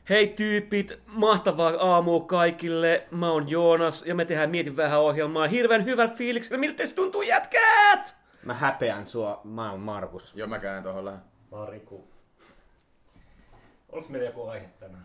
Hei tyypit, mahtavaa aamua kaikille. Mä oon Joonas ja me tehdään Mietin vähän -ohjelmaa hirveän hyvän fiiliksellä. Miltä se tuntuu, jätkät? Mä häpeän sua, mä oon Markus. Joo, mä käyn tohon lähen. Mä oon Riku. Onks meillä joku aihe tänään?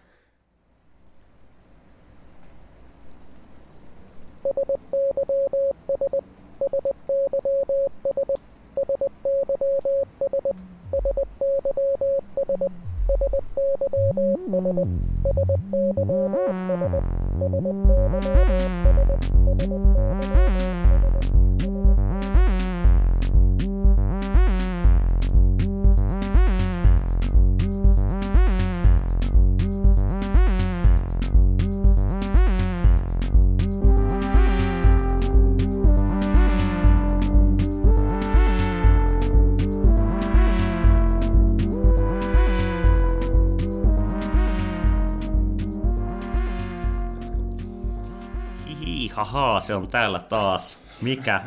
Haha, se on täällä taas. Mikä?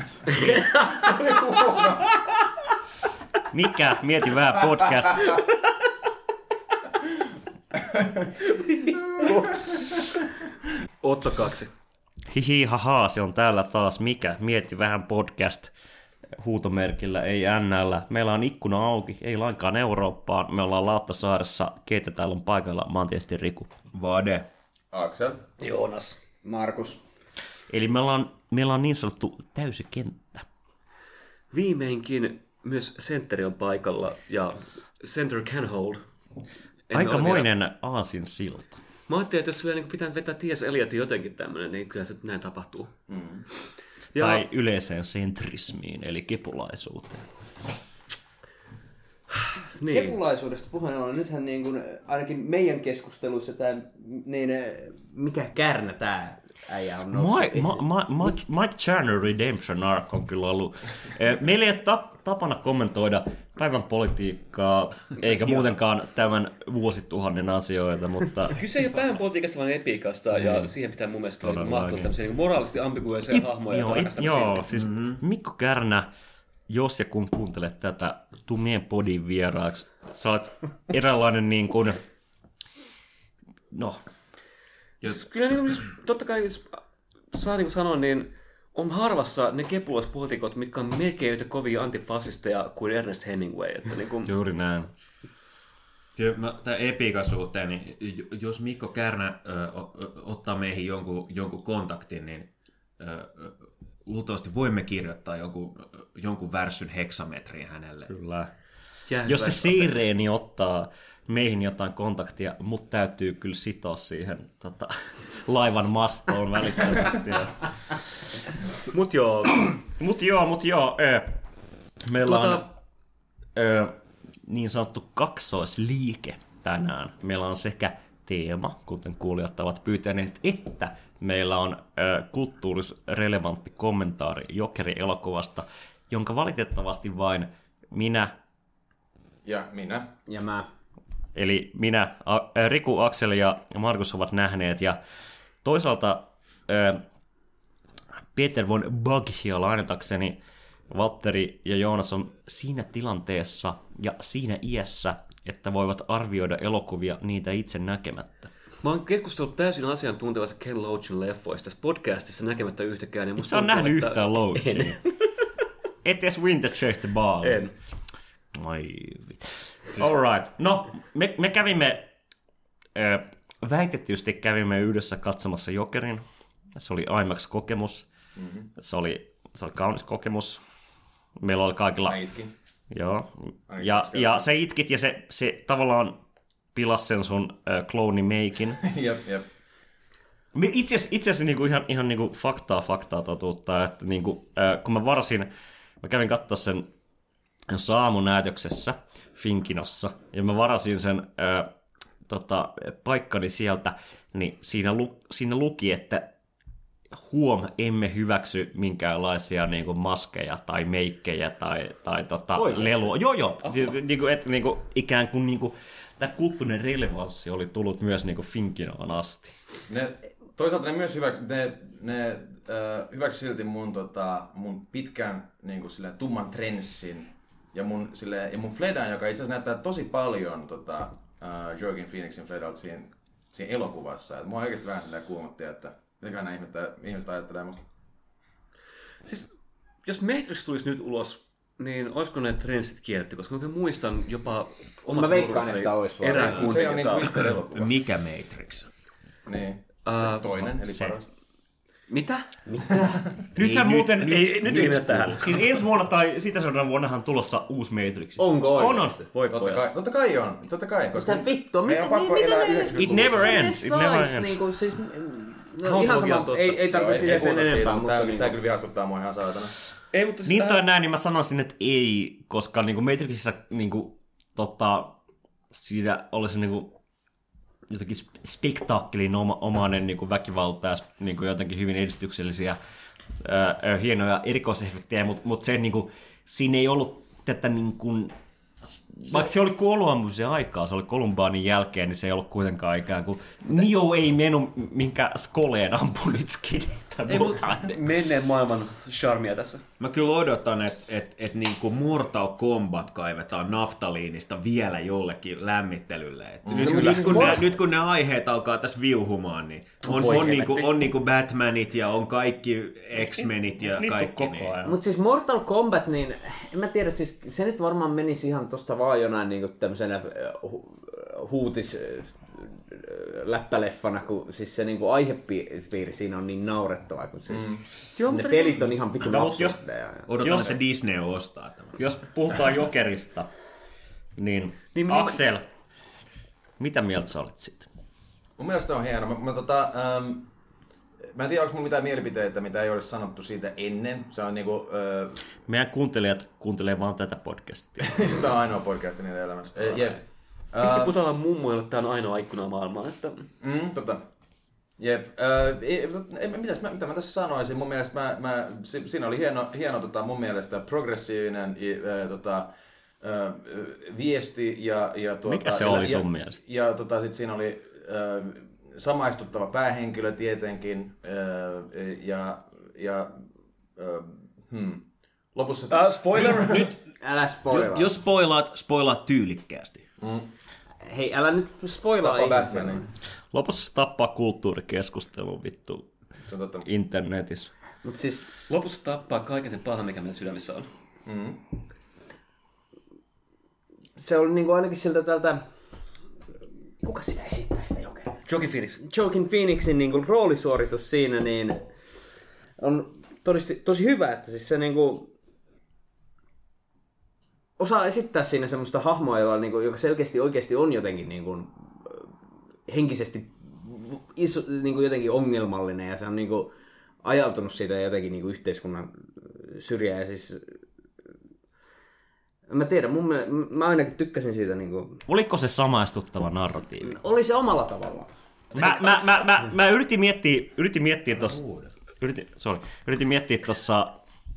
Mieti vähän podcast. Otto 2. Hihi, haha, se on täällä taas. Mikä? Mieti vähän podcast. Huutomerkillä, ei NL. Meillä on ikkuna auki, ei lainkaan Eurooppaan. Me ollaan Lauttasaaressa. Keitä täällä on paikalla? Mä oon tietysti Riku. Vade. Aksel. Joonas. Markus. Eli meillä on niin sanottu täysi kenttä. Viimeinkin myös sentteri on paikalla ja center can hold. Aikamoinen aasinsilta. Mä ajattelin, että jos sillä niin pitää vetää T.S. Eliotin jotenkin tämmönen, niin kyllä se näin tapahtuu. Mm. Tai yleiseen sentrismiin, eli kepulaisuuteen. Niin. Kepulaisuudesta puheen ollen, nythän niin kuin, ainakin meidän keskusteluissa tämä, niin, mikä kärnä tämä äijä on noussut. Mike Turner Redemption Arc on kyllä ollut. Meillä ei ole tapana kommentoida päivän politiikkaa, eikä muutenkaan tämän vuosituhannen asioita, mutta... Kyse ei ole päivän politiikasta, vaan epiikasta, ja siihen pitää mun mielestä mahtua tämmöisiä niin moraalisesti ambiguisia hahmoja. Joo, siis Mikko Kärnä, jos ja kun kuuntelet tätä, tuu meidän podin vieraaksi. Sä olet eräänlainen niin kuin... No... Kyllä niin kuin, totta kai, jos saa niin kuin sanoa, niin on harvassa ne kepulaispoliitikot, mitkä on melkein yhtä kovia antifasisteja kuin Ernest Hemingway. Että niin kuin... Juuri näin. Kyllä tämän epiikan suhteen, niin jos Mikko Kärnä ottaa meihin jonkun kontaktin, niin luultavasti voimme kirjoittaa jonkun värssyn heksametriin hänelle. Kyllä. Jos se sireeni ottaa meihin jotain kontaktia, mut täytyy kyllä sitoa siihen laivan mastoon välittömästi. Mut joo. Meillä on niin sanottu kaksoisliike tänään. Meillä on sekä teema, kuten kuulijat ovat pyytäneet, että meillä on kulttuurisrelevantti kommentaari Jokeri-elokuvasta, jonka valitettavasti vain minä ja mä. Eli minä, Riku, Aksel ja Markus ovat nähneet, ja toisaalta Peter von Bughia lainatakseni Valtteri ja Joonas on siinä tilanteessa ja siinä iässä, että voivat arvioida elokuvia niitä itse näkemättä. Mä oon keskustellut täysin asiantuntevassa Ken Loachin leffoista tässä podcastissa näkemättä yhtäkään. Et sä oon nähnyt yhtään Loachia. Et edes Winter Chase the Ball. En. Alright. No, me kävimme, väitetysti kävimme yhdessä katsomassa Jokerin. Se oli IMAX-kokemus. Mm-hmm. Se oli kaunis kokemus. Meillä oli kaikilla... Mä itkin. Joo. Ja sä itkit ja se tavallaan pilasi sen sun kloonimeikin. Jep. Itse asiassa niinku ihan niinku faktaa totuutta, että niinku, kun mä kävin katsoa sen aamunäytöksessä Finkinossa, ja mä varasin sen paikkani sieltä, niin siinä luki, että emme hyväksy minkäänlaisia niinku maskeja tai meikkejä tai lelua. Joo. Niinku, ikään kuin niinku, tämä kulttuurinen relevanssi oli tullut myös niinku Finkinoon asti. Toisaalta ne myös hyväksy silti mun pitkän niinku tumman trenssin ja mun Fledan, joka itse asiassa näyttää tosi paljon Joaquin Phoenixin Fledalta siinä siinä elokuvassa. Et mua oikeasti vähän silleen kuumotti, että mikä nämä ihmiset ajattelee musta. Siis, jos Matrix tulisi nyt ulos, niin olisiko ne trendsit kielletty? Koska mä muistan jopa omassa mä veikkaan, että olisi vaan. Se on niin Twister-elokuva. Mikä Matrix? Niin, se toinen, eli paras. Mitä? Nythän muuten... Nyt ei tähän. Siis ensi vuonna tai sitä seuraavana vuonnahan tulossa uusi Matrix. Onko oikeasti? Voi Totta kai on. Totta kai. Koska Mitä vittua? meidän on pakko elää 90-luvulla. It never ends. It never ends. Niinku, siis, ihan sama, ei tarvitse siihen sen enempää. Tää kyllä viastuttaa mua ihan saatana. Ei, mutta niin tai näin, niin mä sanoisin, että ei, koska niinku Matrixissa niinku, siinä olisi niinku jotenkin spektaakkelin omainen niinku väkivalta ja niinku jotenkin hyvin edistyksellisiä hienoja erikoisefektejä, mutta se niinku, siinä ei ollut tätä niinku, vaikka se oli Columbuksen aikaa, se oli Columbanin jälkeen, niin se ei ollut kuitenkaan ikään kuin Neo ei mennyt minkä skoleen ampunut skideitä. Ei, mutta menneen maailman charmia tässä. Mä kyllä odotan, että niinku Mortal Kombat kaivetaan naftaliinista vielä jollekin lämmittelylle. Nyt kun ne aiheet alkaa tässä viuhumaan, niin on niinku Batmanit ja on kaikki X-Menit ja kaikki. Niin. Mutta siis Mortal Kombat, niin en mä tiedä, siis se nyt varmaan menisi ihan tosta vaan jonain niinku tämmöisenä huutis läppäleffana, kun siis se niinku aihepiiri siinä on niin naurettavaa, kun siis ne pelit on ihan vitun absurdeja. Odotan, että Disney ostaa tämän. Jos puhutaan Jokerista, niin Aksel, mitä mieltä sä olet siitä? Mun mielestä on hieno. Mä en tiedä, onko mulla mitään mielipiteitä, mitä ei olisi sanottu siitä ennen. Se on niinku... Meidän kuuntelijat kuuntelee vaan tätä podcastia. Tämä on ainoa podcast niiden elämässä. Pitää Putalan mummoille, että tämä on ainoa ikkuna maailmaan. Että... Jep. Mitä mä tässä sanoisin? Mun mielestä siinä oli hieno mun mielestä progressiivinen viesti. Mikä se oli sun mielestä? Ja sit siinä oli samaistuttava päähenkilö tietenkin. Lopussa... Spoiler! Nyt, älä spoilaa. Jos spoilaat tyylikkäästi. Hei, älä nyt spoilaa ihmisiä. Lopussa tappaa kulttuurikeskustelun vittu internetissä. Mut siis... Lopussa tappaa kaiken sen pahan, mikä meidän sydämissä on. Se oli niinku ainakin siltä tältä... Kuka sitä esittää sitä Jokeria? Joaquin Phoenixin niinku roolisuoritus siinä niin on tosi hyvä, että siis se niinku osaa esittää siinä semmoista hahmoa, joka selkeästi oikeasti on jotenkin niinku henkisesti niinku jotenkin ongelmallinen ja se on niinku ajautunut siitä jotenkin niinku yhteiskunnan syrjään ja siis mä tiedän, mä ainakin tykkäsin siitä niinku... Oliko se samaistuttava narratiivi? Oli se omalla tavallaan. Mä yritin miettiä tossa... Yritin miettiä tuossa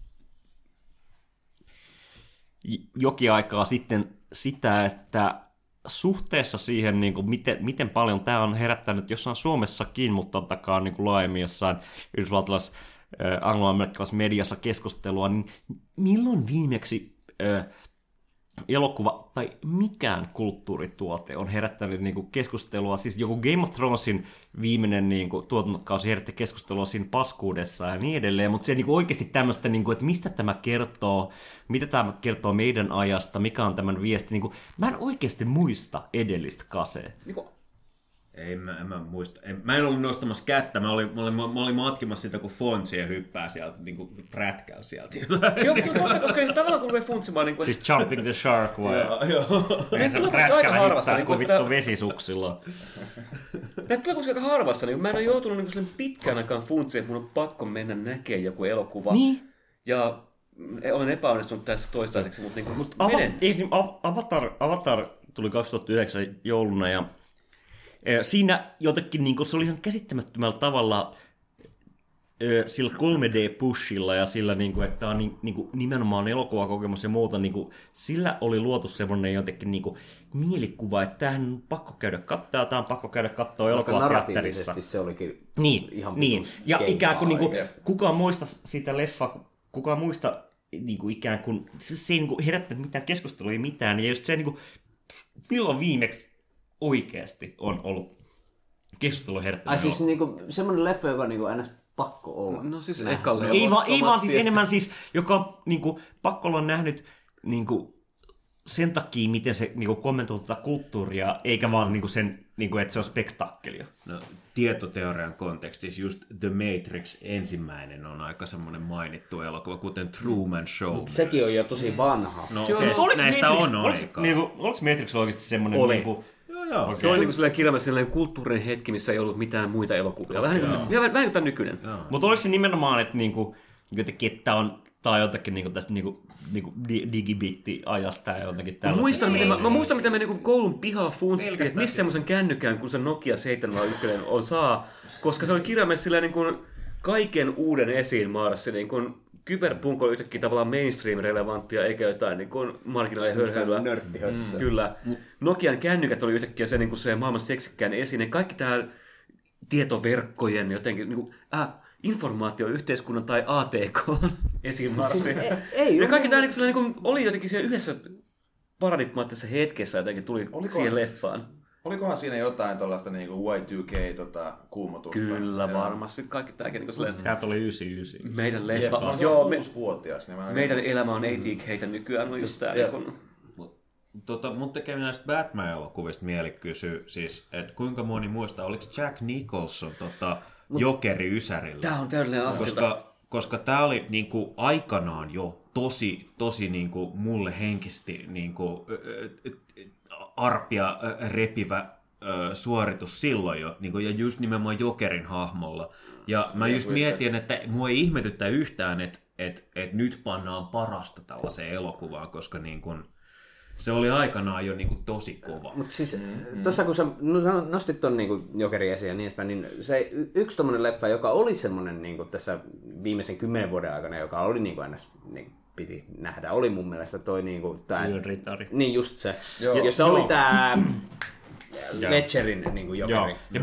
jokin aikaa sitten sitä, että suhteessa siihen, niin kuin miten paljon tämä on herättänyt jossain Suomessakin, mutta totta kai niin kuin laajemmin jossain yhdysvaltalaisessa angloamerikkalaisessa mediassa keskustelua, niin milloin viimeksi elokuva tai mikään kulttuurituote on herättänyt niinku keskustelua, siis joku Game of Thronesin viimeinen niinku tuotantokausi herätti keskustelua siinä paskuudessa ja niin edelleen, mutta se niinku oikeasti tämmöistä, niinku, että mistä tämä kertoo, mitä tämä kertoo meidän ajasta, mikä on tämän viesti, niinku, mä en oikeasti muista edellistä kasea. Ei, mä muista. Mä en ollut nostamassa kättä, mä olin matkimassa sitä, kun Fonzie hyppää sieltä, niin kuin prätkällä sieltä. Joo, mutta koska tavallaan kun rupeaa funtsimaan... Niin kuin... Siis Jumping the Shark vai? Joo. Ne prätkällä hyppää kuin vittu vesisuksilla. Ne tulee kuitenkin aika harvassa. Niin mä en ole joutunut niin pitkään aikaan funtsiin, että mun on pakko mennä näkemään joku elokuva. Niin. Ja olen epäonnistunut tässä toistaiseksi, mutta niin Avatar tuli 2009 jouluna ja siinä jotenkin niin se oli ihan käsittämättömällä tavalla sillä 3D-pushilla ja sillä, niin kuin, että tämä on nimenomaan elokuvakokemus ja muuta, niin kuin, sillä oli luotu semmoinen jotenkin niin kuin, mielikuva, että tämähän on pakko käydä katsoa, tämä on pakko käydä katsoa elokuvateatterissa. Se olikin ihan niin. Ja ikään kuin, kukaan muista sitä leffaa, kukaan muista niin kuin, ikään kuin, se ei niin kuin, herättänyt mitään keskustelua, ei mitään, ja just se, niin kuin, milloin viimeksi oikeasti on ollut keskustelun herättänyt. Ai siis niinku semmoinen leffa, joka on niinku aina pakko olla. No siis ekalle. Ei vaan siis enemmän siis, joka on niinku, pakko olla nähnyt niinku, sen takia, miten se niinku, kommentoi tätä kulttuuria, eikä vaan niinku, sen, niinku, että se on spektaakkelia. No, tietoteorian kontekstissa just The Matrix ensimmäinen on aika semmoinen mainittu elokuva, kuten Truman Show. Mutta sekin on jo tosi vanha. No, Näistä on aikaa. Oliko Matrix oikeasti semmoinen... Niinku, Joo. Okay. Se oli niinku sellainen kirjaimellisesti sellainen kulttuurinen hetki, missä ei ollut mitään muita elokuvia. Vähän kuin tämä nykyinen. Mutta oliko se nimenomaan, että niinku, jotenkin, että tämä on jotakin niinku tästä niinku digibitti-ajasta ja jotenkin tällaista. Mä muistan, mitä me niinku koulun pihalla funtsittiin, että missä semmoisen kännykään, kun se Nokia 701 on saa, koska se oli kirjaimellisesti silleen niin kaiken uuden esiin maarassa. Niin kyberpunk oli yhtäkkiä tavallaan mainstream-relevanttia, eikä jotain niin marginaalihörhöilyä. Kyllä. Nokian kännykät oli yhtäkkiä se, niin se maailman seksikkään esine. Kaikki tämä tietoverkkojen jotenkin... Niin informaatioyhteiskunnan tai ATK esimarssi. Ja kaikki tämä niin oli jotenkin siellä yhdessä paradigmaattisessa hetkessä jotenkin tuli siihen leffaan. Olikohan siinä jotain tuollaista niinku Y2K-kuumotusta? Kyllä, varmasti. Kaikki tämäkin niin sellainen... Sieltä oli 99. Meidän leffa... Joo, 6-vuotias. Meidän elämä on ATK:tä nykyään. On just tää, mun tekee näistä Batman-elokuvista mieli kysyä, siis, että kuinka moni muistaa, oliko Jack Nicholson Jokeri Ysärillä? Tää on täydellinen asia. Koska tää oli niinku aikanaan jo tosi niinku mulle henkisesti niinku arpia repivä suoritus silloin jo, niinku, ja just nimenomaan Jokerin hahmolla. Ja mä just mietin, että mua ei ihmetytä yhtään, että nyt pannaan parasta tällaiseen elokuvaan, koska niinku, se oli aikanaan jo niinku tosi kova. Mutta siis tuossa kun sä nostit ton niinku Jokerin esiin ja niin edespäin, niin se yksi tommonen leffa, joka oli semmonen niinku tässä viimeisen 10 vuoden aikana, joka oli niinku aina niin piti nähdä, oli mun mielestä toi niinku tää... Ritari. Niin just se. Jossa oli tää Ledgerin niinku Jokeri. Ja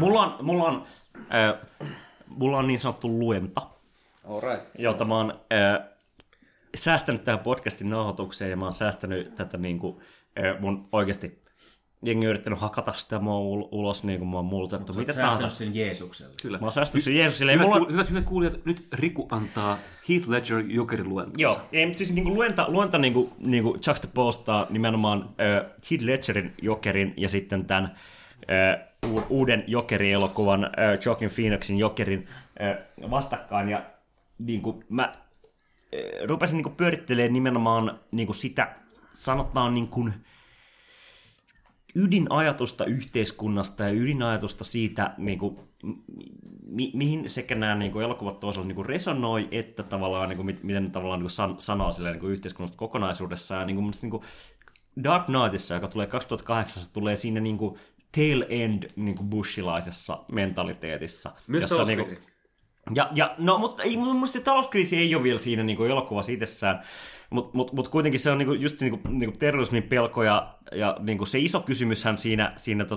mulla on niin sanottu luenta, jota mä oon säästänyt tähän podcastin nauhoitukseen ja mä oon säästänyt tätä niinku mun oikeasti jengi on yrittänyt hakata sitä mua ulos niin kuin mä oon multettu. Mitä tahansa? Säästänyt sen Jeesukselle. Kyllä. Mä oon säästänyt sen Jeesukselle. Hyvät kuulijat, nyt Riku antaa Heath Ledger Jokerin luentaa. Joo, siis niinku luenta niinku juxtapostaa nimenomaan Heath Ledgerin Jokerin ja sitten tämän uuden Jokeri-elokuvan Joaquin Phoenixin Jokerin vastakkain. Ja niinku mä rupesin niinku pyörittelemään nimenomaan niinku sitä, sanotaan niinku ydinajatusta yhteiskunnasta ja ydinajatusta siitä, niinku, mihin sekä nämä niinku, elokuvat toisaalta niinku, resonoi, että tavallaan, niinku, miten ne tavallaan niinku, sanoo silleen, niinku, yhteiskunnasta kokonaisuudessaan. Niinku, niinku, Dark Knightissa, joka tulee 2008, se tulee siinä niinku, tail end niinku, bushilaisessa mentaliteetissa. Myös talouskriisi. No, mutta mun mielestä talouskriisi ei ole vielä siinä niinku, elokuvassa itsessään. Mutta kuitenkin se on niinku, just niinku terrorismin pelko ja niinku se iso kysymyshän siinä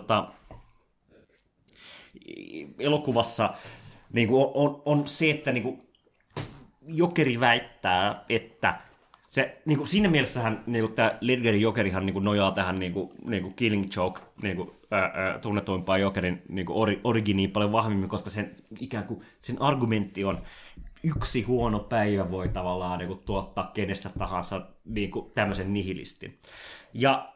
elokuvassa niinku on se, että niinku Jokeri väittää, että se, niinku, siinä mielessähän niinku, tämä Ledgerin Jokerihan niinku, nojaa tähän niinku Killing Joke niinku, tunnetuimpaan Jokerin niinku, originiin paljon vahvemmin, koska sen, ikään kuin, sen argumentti on yksi huono päivä voi tavallaan niin kuin, tuottaa kenestä tahansa niin kuin, tämmöisen nihilistin. Ja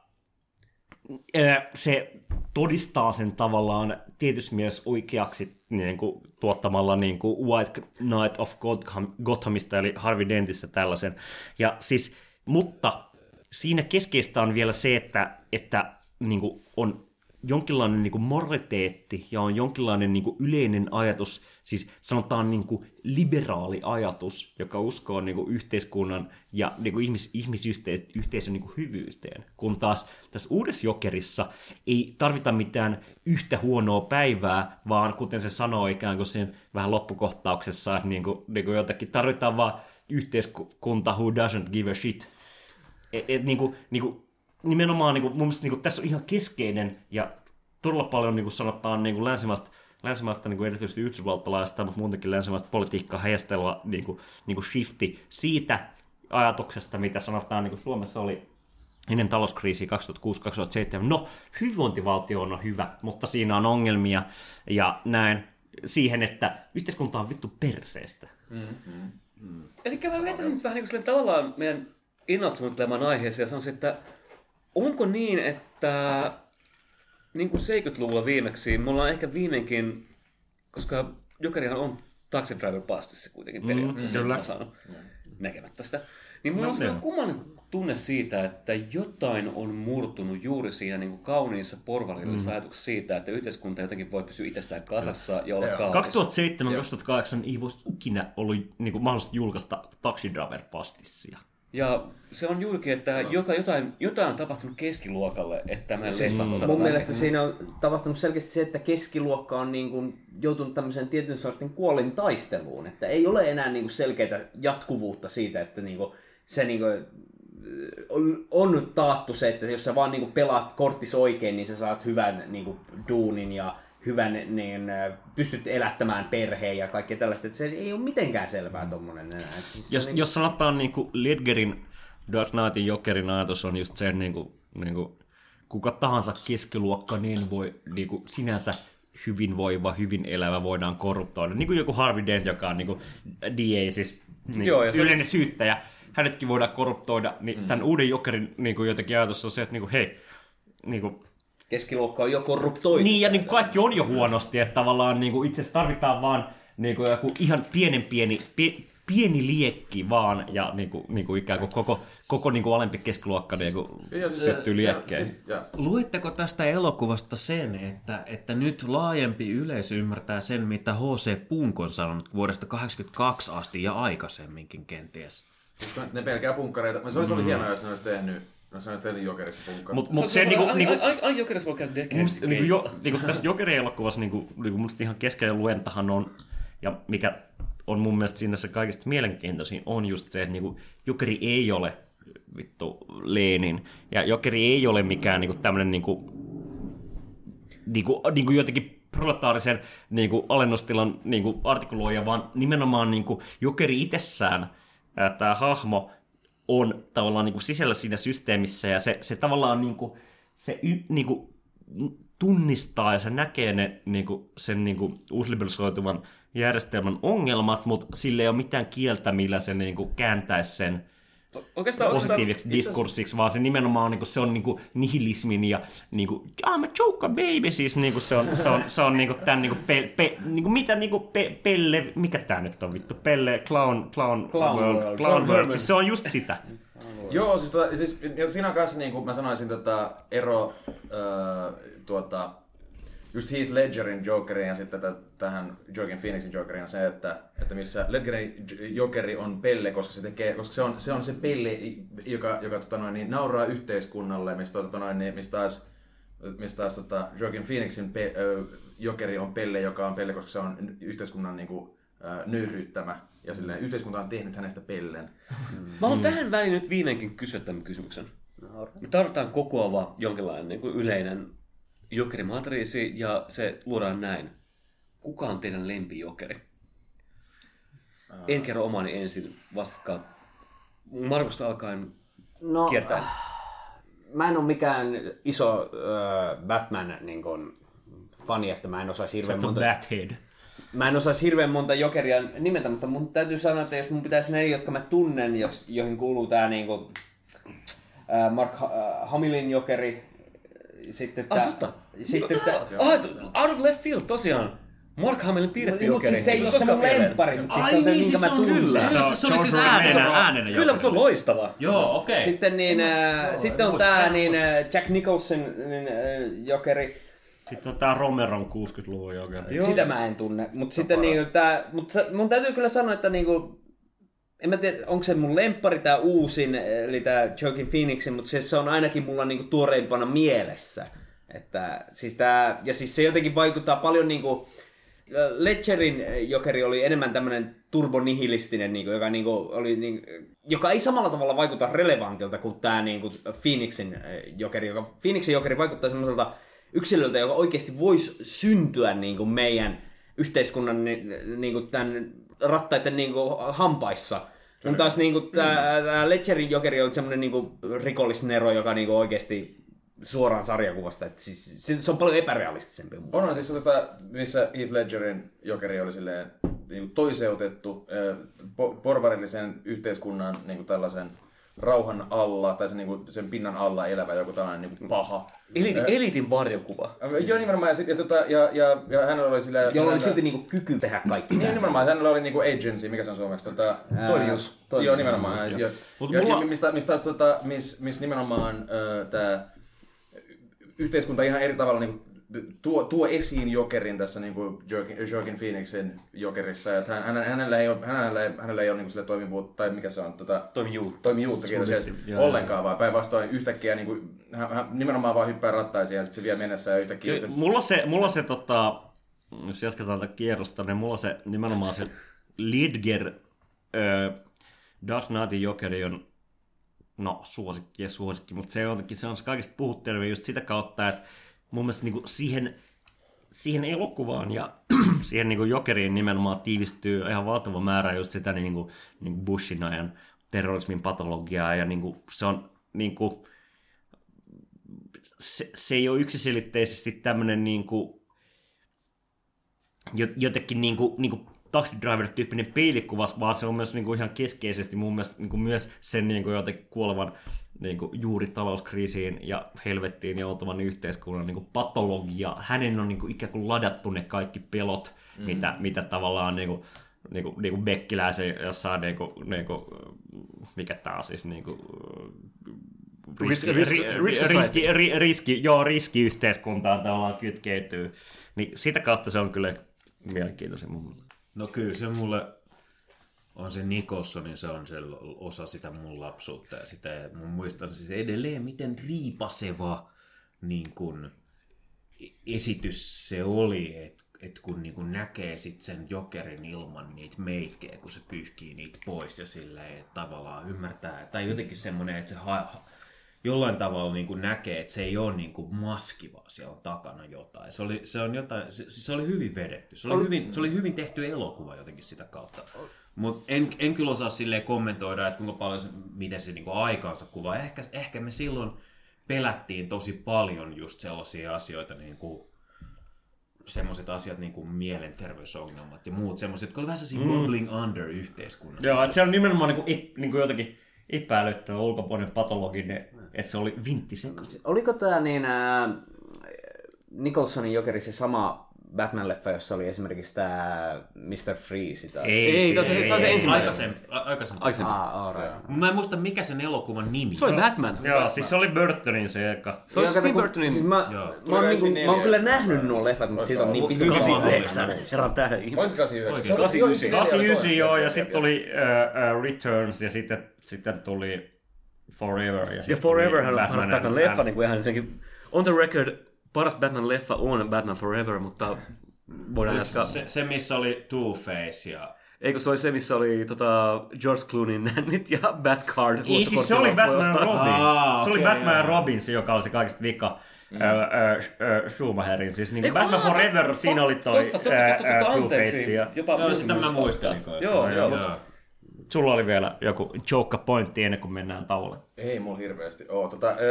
se todistaa sen tavallaan tietysti myös oikeaksi niin kuin, tuottamalla niin kuin White Knight of Gothamista, eli Harvey Dentistä tällaisen. Ja siis, mutta siinä keskeistä on vielä se, että niin kuin, on jonkinlainen niin kuin moraliteetti ja on jonkinlainen niin kuin yleinen ajatus, siis sanotaan niin kuin liberaali ajatus, joka uskoo niin kuin yhteiskunnan ja niin kuin ihmisyhteisön niin kuin hyvyyteen. Kun taas tässä uudessa Jokerissa ei tarvita mitään yhtä huonoa päivää, vaan kuten se sanoo ikään kuin sen vähän loppukohtauksessa, että niin kuin jotakin tarvitaan vaan yhteiskunta who doesn't give a shit. Nimenomaan niin kuin, mun mielestä niin kuin, tässä on ihan keskeinen ja todella paljon niin kuin sanotaan niin kuin länsimaista niin kuin erityisesti yhdysvaltalaista, mutta muutenkin länsimaista politiikkaa heijastelua niin kuin shifti siitä ajatuksesta, mitä sanotaan niin kuin Suomessa oli ennen talouskriisiä 2006-2007. No, hyvinvointivaltio on hyvä, mutta siinä on ongelmia ja näin siihen, että yhteiskunta on vittu perseestä. Eli mä vetäisin nyt vähän niin kuin tavallaan meidän innoittumattolemaan aiheeseen ja sanoisin, että onko niin, että niin kuin 70-luvulla viimeksi, mulla on ehkä viimeinkin, koska Jokerihan on Taxi Driver Pastissa kuitenkin periaatteessa, mä oon saanut näkemättä sitä. Niin mulla on sellainen kummallinen tunne siitä, että jotain on murtunut juuri siinä niin kuin kauniissa porvarillisessa ajatuksessa siitä, että yhteiskunta jotenkin voi pysyä itsestään kasassa ja olla kaupissa. 2007-2008 ei voisi ikinä ollut niin kuin mahdollista julkaista Taxi Driver Pastissia. Ja se on juurikin, että jotain on tapahtunut keskiluokalle, että tämä mun mielestä siinä on tapahtunut selkeästi se, että keskiluokka on niin kuin joutunut tämmöiseen tietyn sortin kuolintaisteluun, että ei ole enää niin kuin selkeää jatkuvuutta siitä, että niin kuin se niin kuin on taattu se, että jos sä vaan niin kuin pelaat korttis oikein, niin sä saat hyvän niin kuin duunin ja hyvän, niin pystyt elättämään perheen ja kaikkea tällaista. Että se ei ole mitenkään selvää tommonen enää. Siis jos sanotaan niin kuin Ledgerin Dark Knightin Jokerin ajatus on just se, niin kuin kuka tahansa keskiluokka niin voi niin kuin sinänsä hyvinvoiva, hyvin elävä voidaan korruptoida. Niin kuin joku Harvey Dent, joka on niin kuin DA, siis niin yleinen syyttäjä. Hänetkin voidaan korruptoida. Niin tämän uuden Jokerin niin kuin jotenkin ajatus on se, että niin kuin, hei, niin kuin, keskiluokka on jo korruptoitu. Niin, ja niin kaikki on jo huonosti, että tavallaan niin itse asiassa tarvitaan vaan niin kuin joku ihan pieni liekki vaan, ja niin kuin ikään kuin koko niin kuin alempi keskiluokka niin syttyy liekkeen. Luitteko tästä elokuvasta sen, että nyt laajempi yleisö ymmärtää sen, mitä H.C. Punk on sanonut vuodesta 1982 asti ja aikaisemminkin kenties? Ne pelkää punkkareita. Se olisi ollut hienoa, jos ne olisi tehnyt... No se on sitten Jokerista punkkaa. Mutta se aina Jokerissa voi käydä dekeistä. Tässä Jokerin elokuvassa minusta ihan keskeinen luentahan on, ja mikä on mun mielestä siinä se kaikista mielenkiintoisin, on just se, että niinku, Jokeri ei ole vittu Lenin, ja Jokeri ei ole mikään niinku tämmöinen niinku jotenkin proletaarisen niinku alennustilan niinku artikuloija, vaan nimenomaan niinku Jokeri itsessään, tämä hahmo, on tavallaan niinku sisällä siinä systeemissä, ja se tavallaan niinku, niinku tunnistaa ja se näkee ne, niinku, sen niinku, uusliberalisoituvan järjestelmän ongelmat, mutta sillä ei ole mitään kieltä, millä se niinku, kääntäisi sen positiiviseksi diskurssiksi, vaan se nimenomaan niinku, se on niinku, nihilismin ja niinku, I'm a joker baby, siis niinku, se on niinku, tämän niinku, niinku, mitä niinku, Pelle, mikä tää nyt on vittu, Pelle, Clown World, siis se on just sitä. Joo, siis siinä on kanssa, niin kuin mä sanoisin, ero just Heath Ledgerin Jokerin ja sitten tähän Joaquin Phoenixin Jokeriin on se, että missä Ledgerin Jokeri on Pelle, koska se on se Pelle, joka nauraa yhteiskunnalle, mistä taas Joaquin Phoenixin Jokeri on Pelle, joka on Pelle, koska se on yhteiskunnan niinku nöyryyttämä. Ja silleen, yhteiskunta on tehnyt hänestä Pellen. Mä oon tähän väliin nyt viimeinkin kysyä tämän kysymyksen. Me tarvitaan kokoava jonkinlainen niin kuin yleinen jokerimatriisi, ja se luodaan näin. Kuka on teidän lempijokeri? En kerro omani ensin, vastatkaa Markusta alkaen kiertäen. Mä en ole mikään iso Batman niin kun, fani, että mä en osaisi hirveän monta... Mä en osaisi hirveän monta jokeria nimetä, mutta mun täytyy sanoa, että jos mun pitäisi ne, jotka mä tunnen, joihin kuuluu tää niinku Mark Hamillin jokeri, sitten tää... Sitten out of left field, tosiaan. Mark Hamillin piirretty jokeri. Mutta siis se ei ole se mun lemppari, mutta siis se on se, minkä mä tunnen. Se oli siis äänenä Kyllä, mutta se on loistava. Joo, okei. Sitten on tää Jack Nicholson jokeri. Sitten on tää Romeron 60-luvun jokeri. Sitä mä en tunne, mutta sitten niinku tää... Mutta mun täytyy kyllä sanoa, että niinku... En mä tiedä, onko se mun lemppari tää uusin, eli tää Joaquin Phoenixin, mutta se on ainakin mulla niinku tuoreimpana mielessä. Että siis tää... Ja siis se jotenkin vaikuttaa paljon niinku... Ledgerin jokeri oli enemmän tämmönen turbonihilistinen, niinku, joka, niinku, oli, niinku, joka ei samalla tavalla vaikuta relevantilta kuin tää niinku, Phoenixin jokeri. Phoenixin jokeri vaikuttaa semmoiselta yksilöltä, joka oikeasti voisi syntyä niin kuin meidän yhteiskunnan niin kuin tämän rattaiden niin kuin hampaissa Kun taas niinku tää Ledgerin Jokeri oli semmonen niinku rikollisnero, joka niinku oikeesti suoraan sarjakuvasta, että siis se on paljon epärealistisempi. Onhan siis sellaista, missä Heath Ledgerin Jokeri oli silleen niin toiseutettu porvarillisen yhteiskunnan niin kuin tällaisen rauhan alla, tai sen pinnan alla elävä joku tällainen niin paha. Eliitin varjokuva. Joo, nimenomaan. Ja hänellä oli silleen... Jolla oli silti niinku kyky tehdä kaikki. Niin, nimenomaan. Hänellä oli niinku agency, mikä se on suomeksi? Toimijuus. Joo, nimenomaan. Missä nimenomaan tämä yhteiskunta ihan eri tavalla niinku tuo esiin Jokerin tässä niinku Joaquin Phoenixin Jokerissa, että hänellä ei ole niinku sille toimivuutta, tai mikä se on, toimijuutta ollenkaan, vaan päinvastoin yhtäkkiä niinku, hän nimenomaan vaan hyppää rattaisiin ja sitten se vie mennessä ja yhtäkkiä... Mulla se jos jatketaan tätä kierrosta, niin mulla se nimenomaan se Ledger Dark Knightin Jokeri on suosikki, mutta se on kaikista puhuttelevia just sitä kautta, että mun mielestä niinku siihen elokuvaan ja siihen niinku Jokeriin nimenomaan tiivistyy ihan valtava määrä just sitä niinku Bushin ajan terrorismin patologiaa ja niinku se on niinku se ei ole yksiselitteisesti tämmönen niinku jotenkin niinku Taxi Driver-tyyppinen peilikuva, vaan se on myös niinku ihan keskeisesti mun mielestä niinku myös sen niinku jotenkin kuolevan niinku juuri talouskriisiin ja helvettiin ja oltavan yhteiskunnan niinku patologia. Hänen on niinku ikään kuin ladattu ne kaikki pelot, mitä tavallaan niinku Beckiläisen jossain mikä tää on siis riskiyhteiskuntaan tavallaan kytkeytyy. Niin sitä kautta se on kyllä mielenkiintoisen mun mielestä. No kyllä se mulle on se Nicholsonin, se on se osa sitä mun lapsuutta ja sitä mun muistan siis edelleen miten riipaseva niin kun esitys se oli, että kun niin kun näkee sit sen Jokerin ilman niitä meikkejä, kun se pyyhkii niitä pois ja silleen tavallaan ymmärtää, tai jotenkin semmoinen, että se jollain tavalla niin kuin näkee, että se ei ole niin kuin maski, vaan siellä on takana jotain. Se oli hyvin vedetty. Se oli hyvin tehty elokuva jotenkin sitä kautta. Mutta en kyllä osaa silleen kommentoida, että kuinka paljon miten se niin kuin aikaansa kuvaa. Ehkä me silloin pelättiin tosi paljon just sellaisia asioita, niin kuin semmoiset asiat niin kuin mielenterveysongelmat ja muut semmoiset, jotka oli vähän sellaisia bubbling under yhteiskunnassa. Joo, että se on nimenomaan niin kuin jotenkin epäilyttävä ulkopuolinen patologinen, että se oli vintti sekaisin. Oliko tämä Nicholsonin Jokeri se sama Batman-leffa, jossa oli esimerkiksi tämä Mr. Freeze? Ei, tämä on se ensimmäinen. Aikaisemmin. Mä en muista, mikä sen elokuvan nimi. Se oli Batman. Joo, siis se oli Burtonin se eka. Se oli Tim Burtonin. Siis mä oon kyllä nähnyt nuo leffat, mutta siitä on niin pitkä. 89. Herran tähden ihmiset. 89, joo, ja sitten tuli Returns, ja sitten tuli Forever. Ja Foreverhän on paras Batman-leffa, niin kuin ihan senkin on the record. Paras Batman-leffa on Batman Forever, mutta voidaan jatkaa. Se, missä oli Two-Face ja... Eikö se oli se, missä oli George Clooneyn nännit ja Batcard? Ei, siis se oli Batman Robin. Se oli Batman Robin, joka oli se kaikista vika Schumacherin. Siis niin Batman Forever, siinä oli toi Two-Face. Joo, sitä mä muistelin. Joo. Sulla oli vielä joku joke-pointti ennen kuin mennään tauolle. Ei mulla hirveästi ole.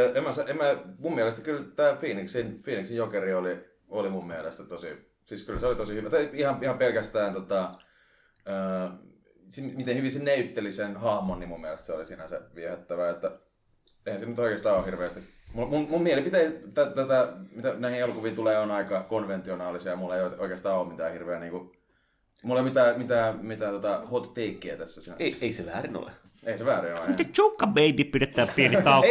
Mun mielestä kyllä tämä Phoenixin Jokeri oli mun mielestä tosi... Siis kyllä se oli tosi hyvä. Ihan pelkästään miten hyvin se näytteli sen hahmon, niin mun mielestä se oli sinänsä viehättävää. Että eihän se nyt oikeastaan ole hirveästi. Mun mielipiteet mitä näihin elokuviin tulee, on aika konventionaalisia ja mulla ei oikeastaan ole mitään hirveä niinku... Mulla ei ole mitään hot takeia tässä. Ei se väärin ole. Ei se väärin ole. Miten Joker Baby pidetään pieni tauko?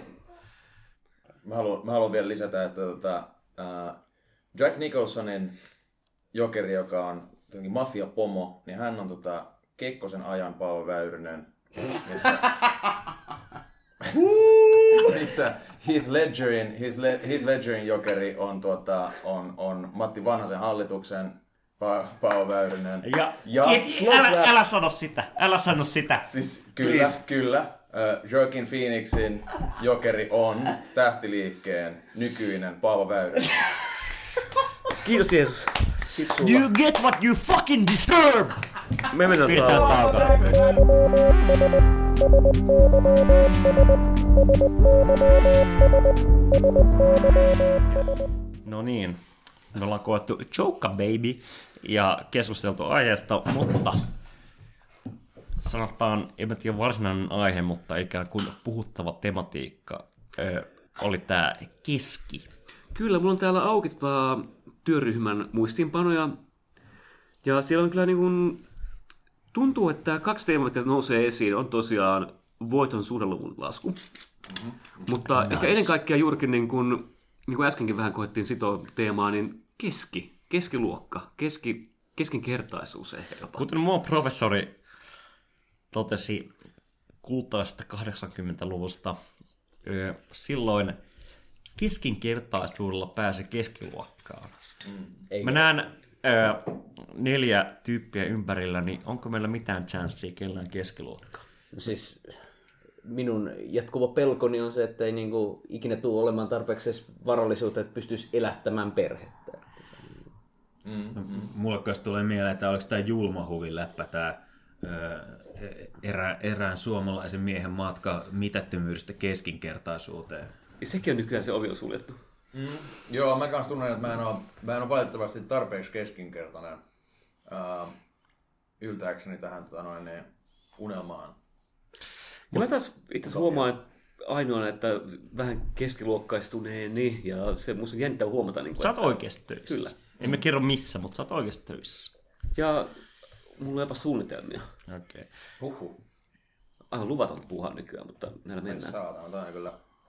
Mä haluan vielä lisätä, että Jack Nicholsonin Jokeri, joka on mafia-pomo, niin hän on Kekkosen ajan Paavo Väyrynen. Missä Heath Ledgerin Jokeri on Matti Vanhasen hallituksen Paavo Väyrynen. Älä sano sitä. Siis kyllä. Joaquin Phoenixin Jokeri on Tähtiliikkeen nykyinen Paavo Väyrynen. Kiitos Jeesus. You get what you fucking deserve! Me mennään Pidetään taukoa. No niin, me ollaan koettu Joka Baby ja keskusteltu aiheesta, mutta sanotaan, en mä tiedä varsinainen aihe, mutta ikään kuin puhuttava tematiikka oli tää keski. Kyllä, mulla on täällä auki työryhmän muistiinpanoja. Ja siellä on kyllä niin kuin, tuntuu, että 2 teemaa, jotka nousee esiin, on tosiaan voiton suhdeluvun lasku. Mutta ehkä ennen kaikkea juurikin, niin kuin äskenkin vähän koettiin sitoa teemaa, niin keskiluokka, keskinkertaisuus ehkä jopa. Kuten mun professori totesi kultaisesta 80-luvusta, silloin keskinkertaisuudella pääsi keskiluokkaan. Mä näen 4 tyyppiä ympärillä, niin onko meillä mitään chanssiä kellään keskiluokkaa? Siis minun jatkuva pelkoni on se, että ei niinku ikinä tule olemaan tarpeeksi varallisuutta, että pystyisi elättämään perhettä. Mulle kanssa tulee mieleen, että oliko tämä julmahuvin läppä, tämä erään suomalaisen miehen matka mitättömyydestä keskinkertaisuuteen. Ja sekin on nykyään se ovi on suljettu. Joo, mä kanssa tunnen, että mä en ole valitettavasti tarpeeksi keskinkertainen yltääkseni tähän unelmaan. Ja mä taas itse asiassa huomaan, että ainoana, että vähän keskiluokkaistuneeni, ja se musta on jännittävä huomata. Niin kuin, Sä oot oikeasti töissä. Kyllä. En mä kerro missä, mutta sä oot oikeasti töissä. Ja mulla on jopa suunnitelmia. Okei. Huhhuh. Aivan luvaton puuhaa nykyään, mutta näillä mennään. Saatana, tämä on kyllä.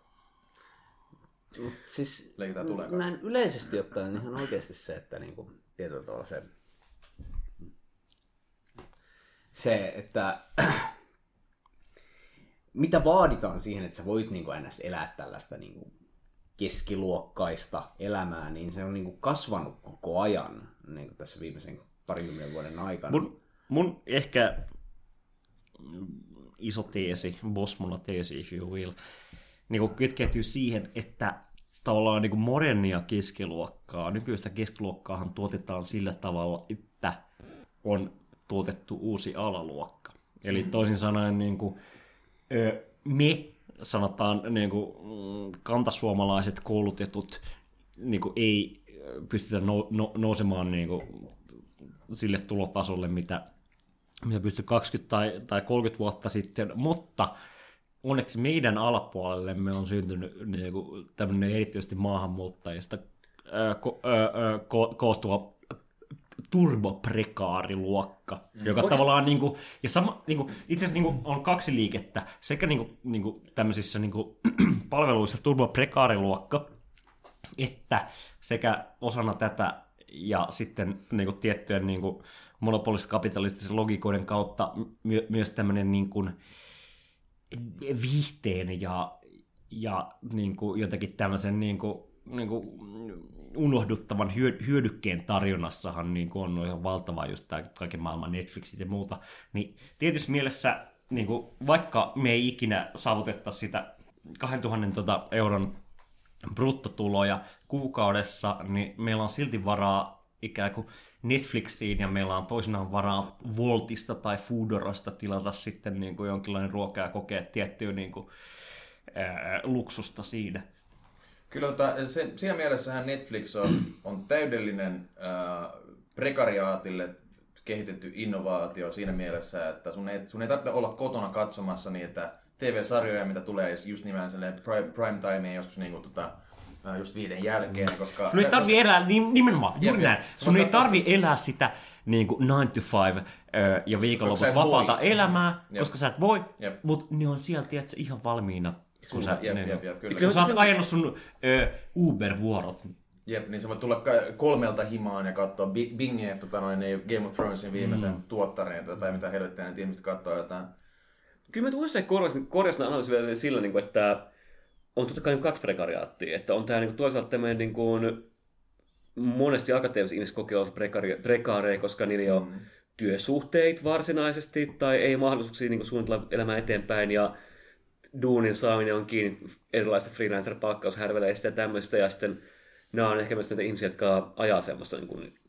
Siis Leikitään tuleen kanssa. näin yleisesti ottaen niin ihan oikeasti se, että niinku, tietyllä tavalla se että mitä vaaditaan siihen, että sä voit niinku ns. Elää tällaista niinku keskiluokkaista elämää, niin se on niinku kasvanut koko ajan niinku tässä viimeisen 20 vuoden aikana. Mun ehkä iso teesi, Bosmona teesi, if you will, niin kytkeytyy siihen, että tavallaan niin modernia keskiluokkaa, nykyistä keskiluokkaahan tuotetaan sillä tavalla, että on tuotettu uusi alaluokka. Eli toisin sanoen niin kuin, me sanotaan niin kuin, kantasuomalaiset koulutetut niin kuin, ei pystytä nousemaan niin kuin, sille tulotasolle, mitä pystyi 20 tai 30 vuotta sitten, mutta onneksi meidän alapuolellemme on syntynyt niin kuin, tämmöinen erityisesti maahanmuuttajista koostuva turboprekaariluokka, joka tavallaan niin kuin, ja sama, niin kuin, itse asiassa niin kuin, on 2 liikettä, sekä niin kuin, tämmöisissä niin kuin, palveluissa turboprekaariluokka, että sekä osana tätä ja sitten niin kuin, tiettyjen niin kuin, monopolist-kapitalistisen logikoiden kautta myös tämmöinen niin kuin, viihteen ja niin kuin, jotenkin tämmöisen niin kuin unohduttavan hyödykkeen tarjonnassahan niin kuin on ihan valtavaa just tämä kaiken maailman Netflixit ja muuta, niin tietysti mielessä niin kuin, vaikka me ei ikinä saavutettaisi sitä 2000 euron bruttotuloja kuukaudessa, niin meillä on silti varaa ikään kuin Netflixiin ja meillä on toisinaan varaa Voltista tai Foodorasta tilata sitten niin kuin jonkinlainen ruoka ja kokea tiettyä niin kuin, luksusta siinä. Kyllä siinä mielessähän Netflix on täydellinen prekariaatille kehitetty innovaatio siinä mielessä, että sun ei tarvitse olla kotona katsomassa niitä TV-sarjoja, mitä tulee just nimenomaan prime timeen joskus niin kuin, just 5 jälkeen. Koska sun ei tarvi elää, nimenomaan, juuri näin. Sun ei tarvi elää sitä niin kuin 9 to 5 ja viikonloput vapaata elämää, koska sä et voi, mutta ne on sieltä tiedätkö, ihan valmiina. Kun sä oot ajanut sun Uber-vuorot. Jep, niin sä voit tulla 3 himaan ja katsoa Bingiä Game of Thronesin viimeisen tuottaneen, tai mitä helvettiä, että ihmiset katsoo jotain. Kyllä mä usein korjastan analyysiä sillä, että on totta kai 2 prekariaattia. Että on tämä toisaalta tämmöinen niin kuin, monesti akateemiset ihmiset kokee olla prekaareja, koska niillä ei ole työsuhteita varsinaisesti, tai ei mahdollisuuksia niin kuin, suunnitella elämää eteenpäin, ja duunin saaminen on kiinni erilaista freelancer-palkkaushärveleistä ja tämmöistä, ja sitten nämä on ehkä myös näitä ihmisiä, jotka ajaa semmoista niin kuin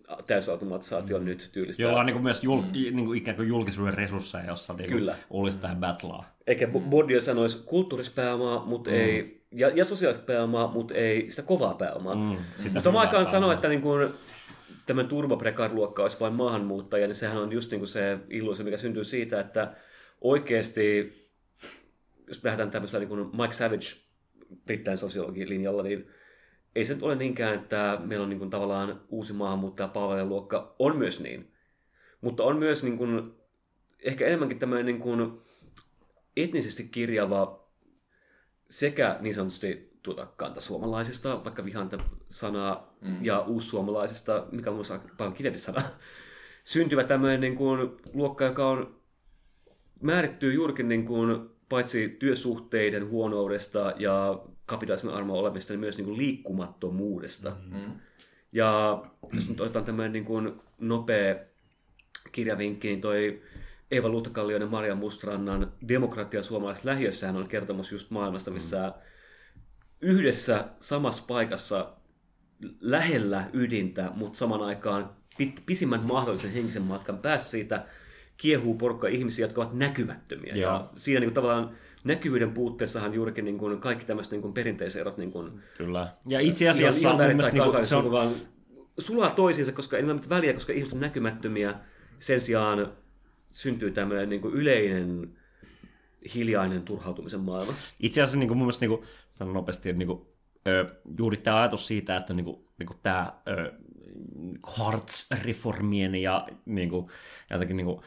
täysautomatisaatio nyt tyylistä. Jolla on niin kuin myös niin kuin ikään kuin julkisuuden resursseja, jossa niin kuin ulistaa battlaa. Eikä Bourdieu sanoisi kulttuurista pääomaa, mutta ei, ja sosiaalista pääomaa, mutta ei sitä kovaa pääomaa. Mutta samaan aikaan sanoa, että niin kuin, tämän turvaprekar-luokka olisi vain maahanmuuttajia, niin sehän on just niin kuin se illuusio, mikä syntyy siitä, että oikeasti, jos lähdetään tämmöisellä niin kuin Mike Savage brittäin sosiologin linjalla, niin ei se nyt ole niinkään, että meillä on niin kuin tavallaan uusi maahanmuuttajapalveluokka, on myös niin. Mutta on myös niin kuin, ehkä enemmänkin tämmöinen niin kuin etnisesti kirjava sekä niin sanotusti kantasuomalaisista, vaikka vihaan sanaa, ja uussuomalaisista, mikä on minusta paljon kivempi sana, syntyvä tämmöinen niin kuin luokka, joka on määrittyy juurikin niin kuin, paitsi työsuhteiden huonoudesta ja kapitalismin armoilla olemista, niin myös niin kuin liikkumattomuudesta. Ja jos nyt otetaan tämmöinen niin kuin nopea kirjavinkki, niin toi Eeva Luuttokallion ja Maria Mustrannan Demokratia suomalaisessa lähiössähän on kertomus just maailmasta, missä yhdessä samassa paikassa lähellä ydintä, mutta saman aikaan pisimmän mahdollisen henkisen matkan päässä siitä kiehuu porukka ihmisiä, jotka ovat näkymättömiä. Ja siinä niin kuin, tavallaan näkyvyyden puutteessahan juurikin niin kuin, kaikki tämmöiset niin kuin, perinteiserot... Niin kuin, kyllä. Ja itse asiassa se on vaan sulaa toisiinsa, koska ei ole mitään väliä, koska ihmiset on näkymättömiä. Sen sijaan syntyy tämmöinen niin kuin, yleinen hiljainen turhautumisen maailma. Itse asiassa niin kuin, mun mielestä niin kuin, sanon nopeasti, että niin kuin, juuri tämä ajatus siitä, että niin kuin tämä Hartz-reformien ja niin kuin, jotenkin niin kuin,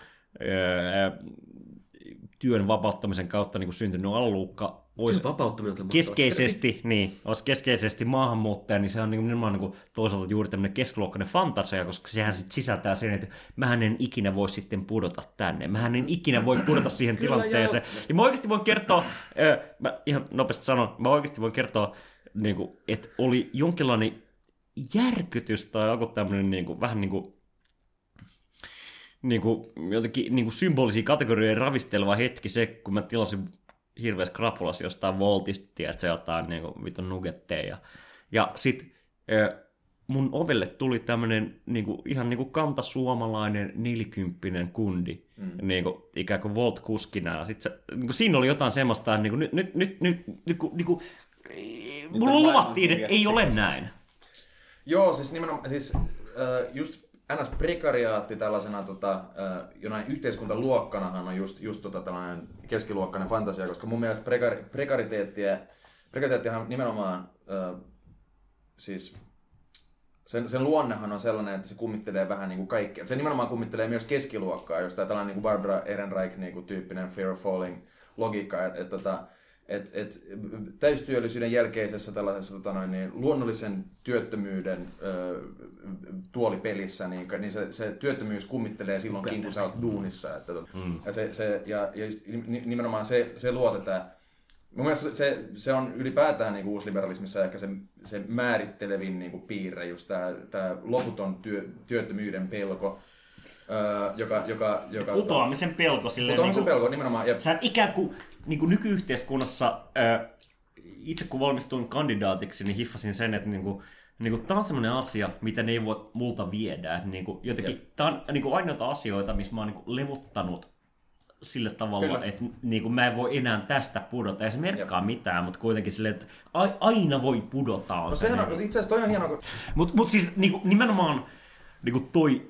työn vapauttamisen kautta niin kuin syntynyt alaluokka olisi keskeisesti maahanmuuttaja, niin se on nimenomaan niin toisaalta juuri tämmöinen keskiluokkainen fantasia, koska sehän sit sisältää sen, että mähän en ikinä voi sitten pudota tänne. Mähän en ikinä voi pudota siihen tilanteeseen. Ja mä oikeasti voin kertoa, mä ihan nopeasti sanon, niin kuin, että oli jonkinlainen järkytys tai joku tämmöinen niin kuin, vähän niin kuin jotenkin niin kuin symbolisia kategorioiden ravisteleva hetki se, kun mä tilasin hirveässä krapulassa jostain Voltista, että se jotain niin kuin vitun nuggetteja. Ja sit mun ovelle tuli tämmönen niin kuin, ihan niin kuin kantasuomalainen 40 kundi, niin kuin, ikään kuin Volt-kuskina. Ja sit se, niin kuin, siinä oli jotain semmoista, että mulla luvattiin, että ei ole näin. Joo, siis nimenomaan, just NS-prekariaatti tällaisena jonain yhteiskuntaluokkanahan on just tällainen keskiluokkainen fantasia, koska mun mielestä prekariteettihan nimenomaan, siis sen luonnehan on sellainen, että se kummittelee vähän niin kuin kaikkea. Se nimenomaan kummittelee myös keskiluokkaa, jos tämä tällainen niin kuin Barbara Ehrenreich niin kuin tyyppinen fear of falling logiikka, että täystyöllisyyden jälkeisessä tällaisessa luonnollisen työttömyyden tuolipelissä, niin se työttömyys kummittelee silloinkin, kun sä oot duunissa. Ja nimenomaan se luo tätä. Mun mielestä se on ylipäätään niin kuin uusliberalismissa ehkä se määrittelevin niin kuin piirre, just tämä loputon työttömyyden pelko. Putoamisen pelko. Putoamisen pelko, nimenomaan. Ja sä ikään kuin niin nykyyhteiskunnassa, itse kun valmistuin kandidaatiksi, niin hiffasin sen, että tämä on sellainen asia, mitä ne ei voi multa viedä. Tämä on ainoita asioita, missä mä oon levuttanut sillä tavalla, että mä en voi enää tästä pudota. Ei se merkkaa mitään, mutta kuitenkin silleen, että aina voi pudota. No sehän on, itse asiassa toi on hienoa. Mutta siis nimenomaan toi,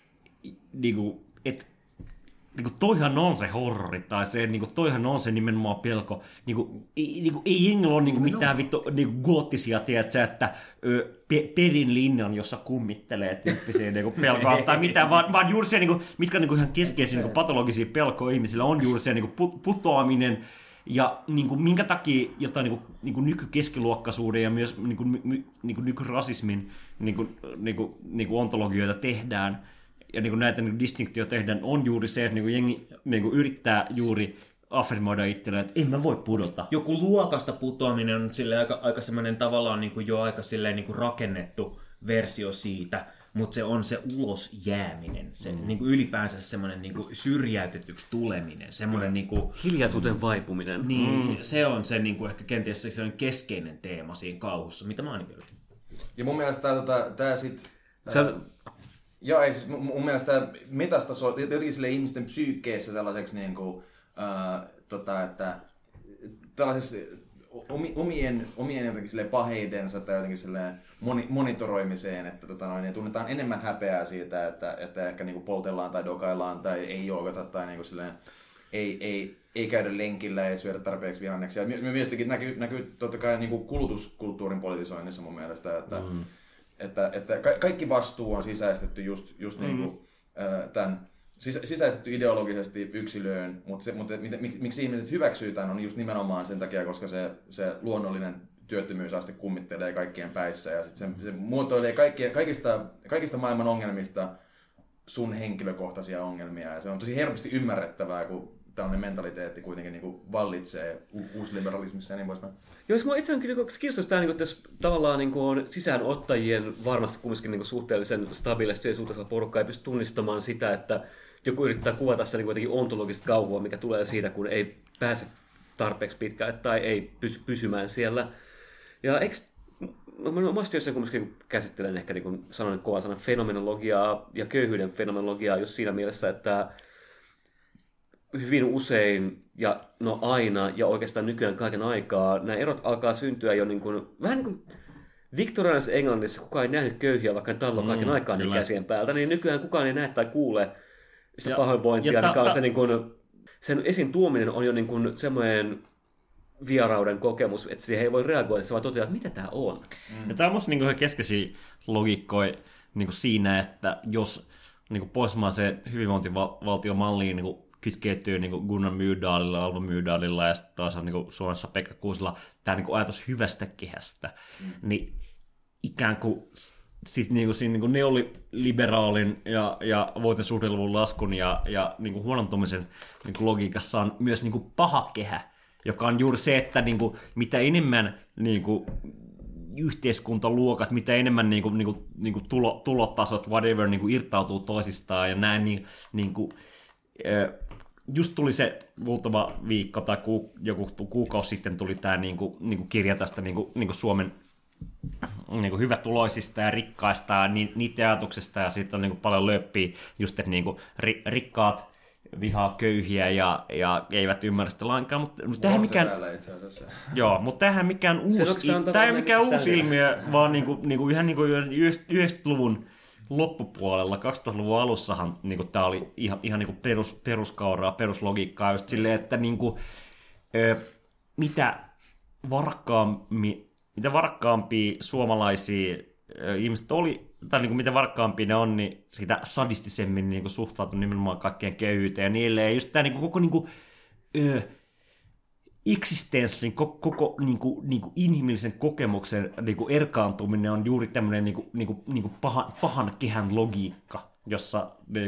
että toihan on se horrori, tai se, toihan on se nimenomaan pelko. Ei jengillä ole mitään vittu goottisia, tiedätkö, että perin linjan, jossa kummittelee tyyppisiä pelkoa tai mitään, vaan juuri se, mitkä on ihan keskeisiä patologisia pelkoja ihmisillä, on juuri se putoaminen, ja minkä takia jotain nykykeskiluokkaisuuden ja myös nykyrasismin ontologioita tehdään, ja näitä distinktioita tehdään, on juuri se, että jengi yrittää juuri affirmoida itselleen, että en mä voi pudota. Joku luokasta putoaminen on aika semmoinen tavallaan jo aika rakennettu versio siitä, mutta se on se ulos jääminen, se ylipäänsä semmoinen syrjäytetyksi tuleminen, semmoinen hiljaisuuden vaipuminen. Niin, se on se ehkä kenties se keskeinen teema siinä kauhussa, mitä mä ainakin yritin. Ja mun mielestä tää sit Joo, ei siis mun mielestä metastaso jotenkin sille ihmisten psyykkeessä sellaiseksi niinku, että tällaisessa omien jotenkin sille paheidensa tai jotenkin sille monitoroimiseen, että tunnetaan enemmän häpeää siitä, että ehkä niinku poltellaan tai dokaillaan tai ei joogata tai niinku silleen, ei käydä lenkillä, ei syödä tarpeeksi vihanneksi. Ja myöskin näkyy totta kai niinku kulutuskulttuurin politisoinnissa mun mielestä, että kaikki vastuu on sisäistetty just niinku, tämän sisäistetty ideologisesti yksilöön, mutta miksi ihmiset hyväksyy tämän on just nimenomaan sen takia, koska se luonnollinen työttömyysaste kummittelee kaikkien päissä ja sit se muotoilee kaikista maailman ongelmista sun henkilökohtaisia ongelmia ja se on tosi helposti ymmärrettävää, kun tällainen mentaliteetti kuitenkin niinku vallitsee uusliberalismissa ja niin poispäin. Joo, siis mua itse onkin kiinnostaa tämä, että jos tavallaan on sisäänottajien varmasti kumminkin suhteellisen stabiilisti ja suhteellisen porukka ei pysty tunnistamaan sitä, että joku yrittää kuvata sitä jotenkin ontologista kauhua, mikä tulee siitä, kun ei pääse tarpeeksi pitkälle tai ei pysty pysymään siellä. Ja mä omassa työssäni kumminkin käsittelen ehkä sanoin kovan sanan fenomenologiaa ja köyhyyden fenomenologiaa just siinä mielessä, että hyvin usein ja aina ja oikeastaan nykyään kaiken aikaa nämä erot alkaa syntyä jo vähän niin kuin viktoriaanisessa Englannissa kukaan ei nähnyt köyhiä, vaikka ne tallon kaiken aikaa niin käsien päältä, niin nykyään kukaan ei näe tai kuule sitä pahoinvointia, mikä on sen esiin tuominen on jo semmoinen vierauden kokemus, että siihen ei voi reagoida, se vaan toteaa, että mitä tämä on. Ja tämä on musta ihan keskeisiä logiikkoja siinä, että jos pohjoismaiseen hyvinvointivaltiomalliin kytkeytyy Gunnar Myrdalilla, Alva Myrdalilla ja sitten taas Suomessa Pekka Kuusila tämä ajatus hyvästä kehästä, niin ikään kuin siinä neoliberaalin ja voitesuhdeluvun laskun ja huonontumisen logiikassa on myös paha kehä, joka on juuri se, että mitä enemmän yhteiskuntaluokat, mitä enemmän tulotasot, whatever, irtautuu toisistaan ja näin, just tuli se muutama viikko tai joku kuukausi sitten tuli tämä kirja tästä Suomen hyvätuloisista ja rikkaista ja niiden ajatuksesta, ja siitä on paljon löppiä just, että rikkaat vihaa köyhiä ja eivät ymmärrä sitä lainkaan, mutta tämähän mikään joo, mutta tämähän mikään uusi ilmiö, vaan ihan 90-luvun loppupuolella, 2000-luvun alussahan tämä oli ihan peruskauraa, peruslogiikkaa just silleen, että mitä varakkaampia suomalaisia ihmiset oli, tai mitä varakkaampia ne on, niin sitä sadistisemmin suhtautuu nimenomaan kaikkeen köyhyyteen ja niille. Ja just tämä koko eksistenssin, koko inhimillisen kokemuksen erkaantuminen on juuri tämmöinen pahan kehän logiikka, jossa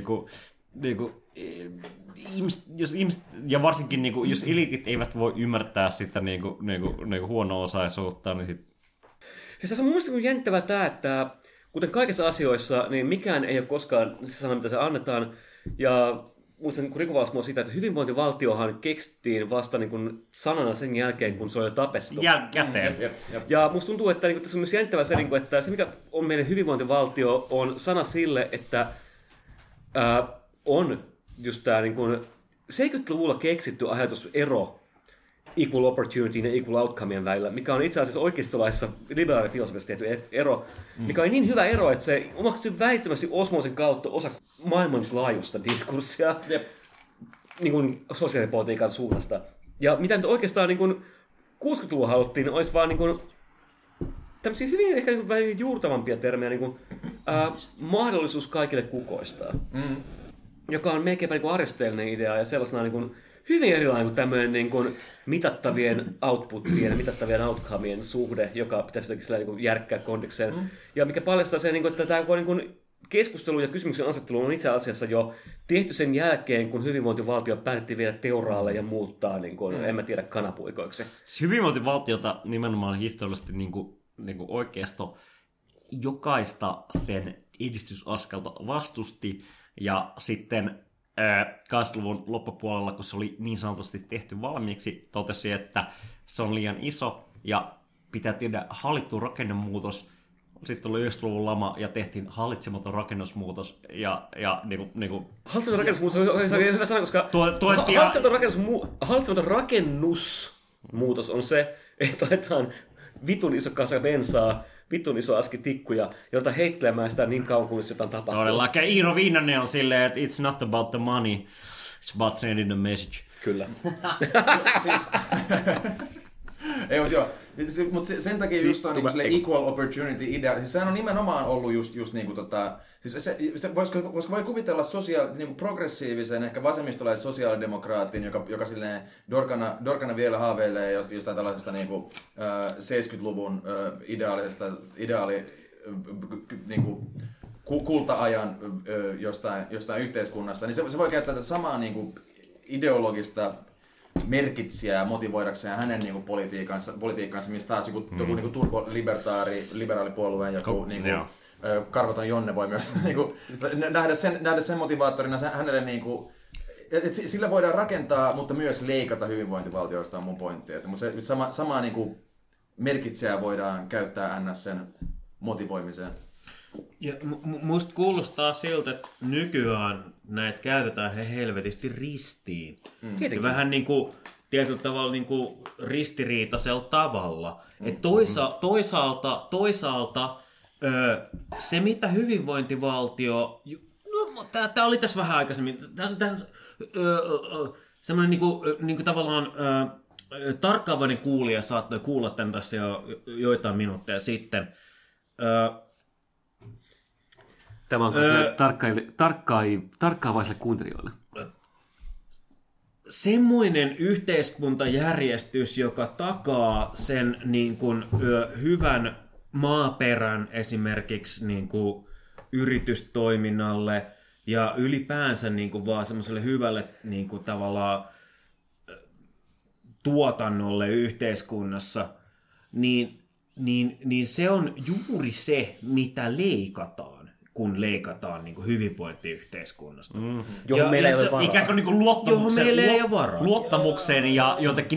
ihmiset, ja varsinkin jos eliitit eivät voi ymmärtää sitä huono-osaisuutta, niin sit... Siis tässä on mun mielestä jännittävää tämä, että kuten kaikissa asioissa, niin mikään ei ole koskaan se sana, mitä se annetaan. Ja muistan Riku Valsmo siitä, että hyvinvointivaltiohan keksittiin vasta sanana sen jälkeen, kun se on jo tapettu. Käteen. Ja musta tuntuu, että tässä on myös jännittävää se, että se mikä on meidän hyvinvointivaltio on sana sille, että on just tämä 70-luvulla keksitty ajatus ero equal opportunity ja equal outcomeen välillä, mikä on itse asiassa oikeistolaisessa liberaalifilosofiassa tehty ero, mikä on niin hyvä ero, että se omaksui välittömästi osmoosin kautta osaksi maailmanlaajuista diskurssia sosiaalipolitiikan suunnasta. Ja mitä nyt oikeastaan 60-luvulla haluttiin, olisi vaan tämmöisiä hyvin ehkä vähän juurtavampia termejä, mahdollisuus kaikille kukoistaa, joka on melkeinpä aristoteellinen idea ja sellaisena hyvin erilainen kuin tämmöinen mitattavien outputien ja mitattavien outcomeen suhde, joka pitäisi jotenkin sillä järkkää kondikseen. Ja mikä paljastaa sen, että tämä keskustelu ja kysymyksen asettelu on itse asiassa jo tehty sen jälkeen, kun hyvinvointivaltio päätettiin viedä teuraalle ja muuttaa, en mä tiedä, kanapuikoiksi. Hyvinvointivaltiota nimenomaan historiallisesti oikeisto jokaista sen edistysaskelta vastusti, ja sitten 80-luvun loppupuolella, kun se oli niin sanotusti tehty valmiiksi, totesi, että se on liian iso ja pitää tehdä hallittu rakennemuutos sitten tuli 90-luvun lama ja tehtiin hallitsematon rakennusmuutos. Ja niinku... Hallitsematon rakennusmuutos on hyvä sana, koska hallitsematon rakennusmuutos on se, että laitetaan vitun iso kasa bensaa, vitun iso aski tikkuja, jolta heittelemään sitä niin kauan, kunnes jotain tapahtuu. Todellakin. Iiro Viinanen on silleen, että it's not about the money, it's about sending the message. Kyllä. Ei, mutta joo. Mutta sen takia just on niin equal opportunity idea. Siis sehän on nimenomaan ollut just niin kuin siis koska voi kuvitella niin progressiivisen, ehkä vasemmistolaisen sosiaalidemokraatin, joka silleen dorkana vielä haaveilee jostain tällaisesta niin kuin 70-luvun niin kuin kulta-ajan jostain yhteiskunnasta, niin se voi käyttää tätä samaa niin kuin ideologista merkitsijää motivoidakseen hänen niinku politiikkansa, mistä taas joku niinku turboliberaalipuolueen joku niinku Karvoton Jonne voi myös niinku nähdä sen motivaattorina hänelle niinku, sillä voidaan rakentaa, mutta myös leikata hyvinvointivaltioista on mun pointti, mutta se samaa niinku merkitsijää voidaan käyttää NS:n motivoimiseen. Ja musta kuulostaa siltä, että nykyään näitä käytetään helvetisti ristiin. Ja vähän niin kuin tietyllä tavalla niin kuin ristiriitaisella tavalla. Et toisaalta se, mitä hyvinvointivaltio... No, tämä oli tässä vähän aikaisemmin. Semmoinen niin kuin tavallaan tarkkaavainen kuulija saattoi kuulla tämän tässä jo joitain minuutteja sitten. Tämä on tarkkaavaisille kuuntelijoille. Semmoinen yhteiskuntajärjestys, joka takaa sen niin kuin, hyvän maaperän esimerkiksi niin kuin, yritystoiminnalle ja ylipäänsä niin kuin, vaan semmoiselle hyvälle niin kuin, tavallaan tuotannolle yhteiskunnassa, niin se on juuri se, mitä leikataan, kun leikataan niin kuin hyvinvointiyhteiskunnasta. Johon meillä ei ole varaa. Ikään kuin luottamuksen ja jotenkin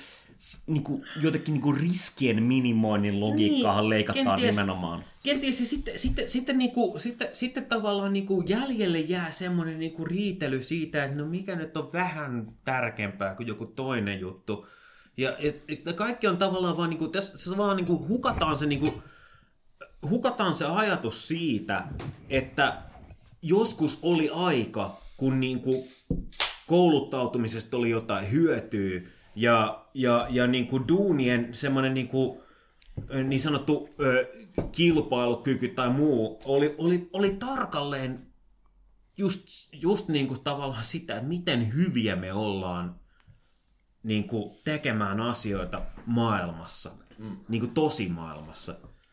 riskien minimoinnin logiikkaahan leikataan nimenomaan. Kenties sitten tavallaan niin kuin jäljelle jää semmoinen niin kuin riitely siitä, että no mikä nyt on vähän tärkeämpää kuin joku toinen juttu. Ja kaikki on tavallaan vaan, niin kuin, tässä vaan niin kuin hukataan se ajatus siitä, että joskus oli aika, kun niin kuin kouluttautumisesta oli jotain hyötyä ja niin kuin duunien semmoinen niin sanottu kilpailukyky tai muu oli tarkalleen just niin kuin tavallaan sitä, että miten hyviä me ollaan niin kuin tekemään asioita maailmassa, niin kuin tosimaailmassa.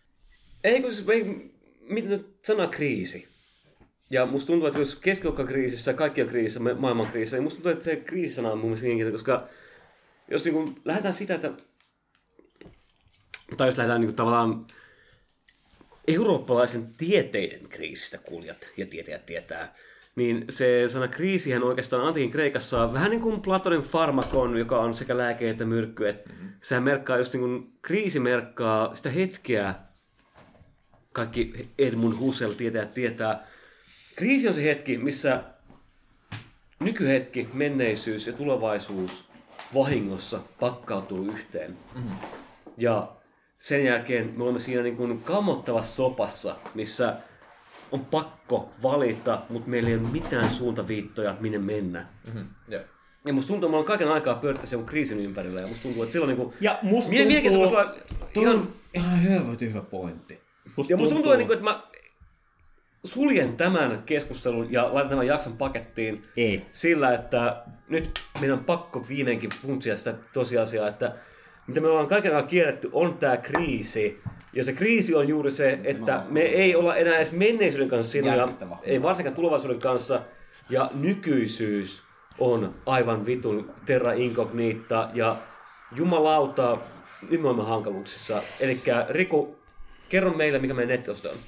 Miten nyt sana kriisi? Ja musta tuntuu, että jos keskiluokkakriisissä, kaikki on kriisissä, maailman kriisissä, niin musta tuntuu, että se kriisisana on mun mielestä niin, koska jos niin kuin lähdetään sitä, että tai jos lähdetään niin kuin tavallaan eurooppalaisen tieteiden kriisistä kuulijat ja tietäjät tietää, niin se sana kriisihän oikeastaan antiikin Kreikassa vähän niin kuin Platonin farmakon, joka on sekä lääke että myrkky. Sehän merkkaa just niin kuin, kriisi merkkaa sitä hetkeä, kaikki Edmund Husserl tietää. Kriisi on se hetki, missä nykyhetki, menneisyys ja tulevaisuus vahingossa pakkautuu yhteen. Ja sen jälkeen me olemme siinä niin kuin kammottavassa sopassa, missä on pakko valita, mutta meillä ei ole mitään suuntaviittoja, minne mennä. Ja musta tuntuu, että me ollaan kaiken aikaa pyörittää sen kriisin ympärillä. Ja musta tuntuu, että silloin niin kuin... Ja musta tuntuu... on ihan hyvä pointti. Ja musta tuntuu, että mä suljen tämän keskustelun ja laitan tämän jakson pakettiin sillä, että nyt meidän on pakko viimeinkin funtsia sitä tosiasiaa, että mitä me ollaan kaiken aikaa kierretty, on tämä kriisi. Ja se kriisi on juuri se, että me ei olla enää edes menneisyyden kanssa siinä, ei varsinkaan tulevaisuuden kanssa. Ja nykyisyys on aivan vitun terra incognita ja jumalauta, nyt me olemme hankaluuksissa. Elikkä Riku, kerro meille, mikä meidän nettiosto on.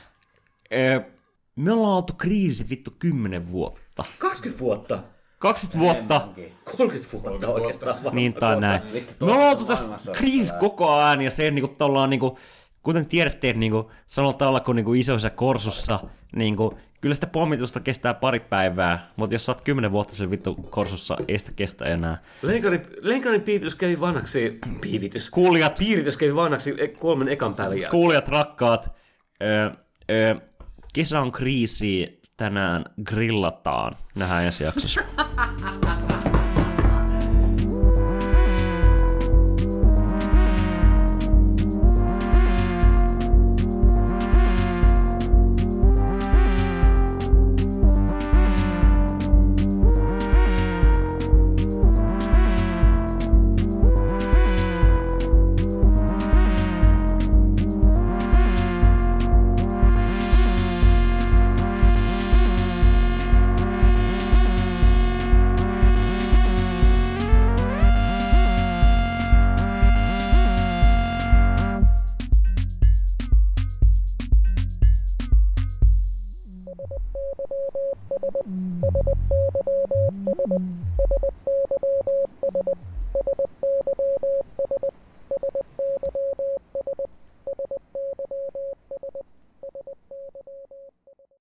Me ollaan oltu kriisi vittu 10 vuotta. 20 vuotta. 20 vuotta. 30 vuotta oikeastaan. Niin tai näin. Me ollaan oltu tässä kriisissä koko ajan ja se niinku tavallaan niinku kuten tiedätte, niin kuin samalla tavalla kuin, niin kuin isoissa korsussa, niin kuin, kyllä sitä pommitusta kestää pari päivää, mutta jos sä oot 10 vuotta sillä vittu korsussa, ei sitä kestä enää. Lenkarin piiritys kävi vanhaksi. Piiritys kävi vanhaksi 3 ekan päivän jälkeen. Kuulijat rakkaat, kesä on kriisi, tänään grillataan. Nähdään ensi jaksossa.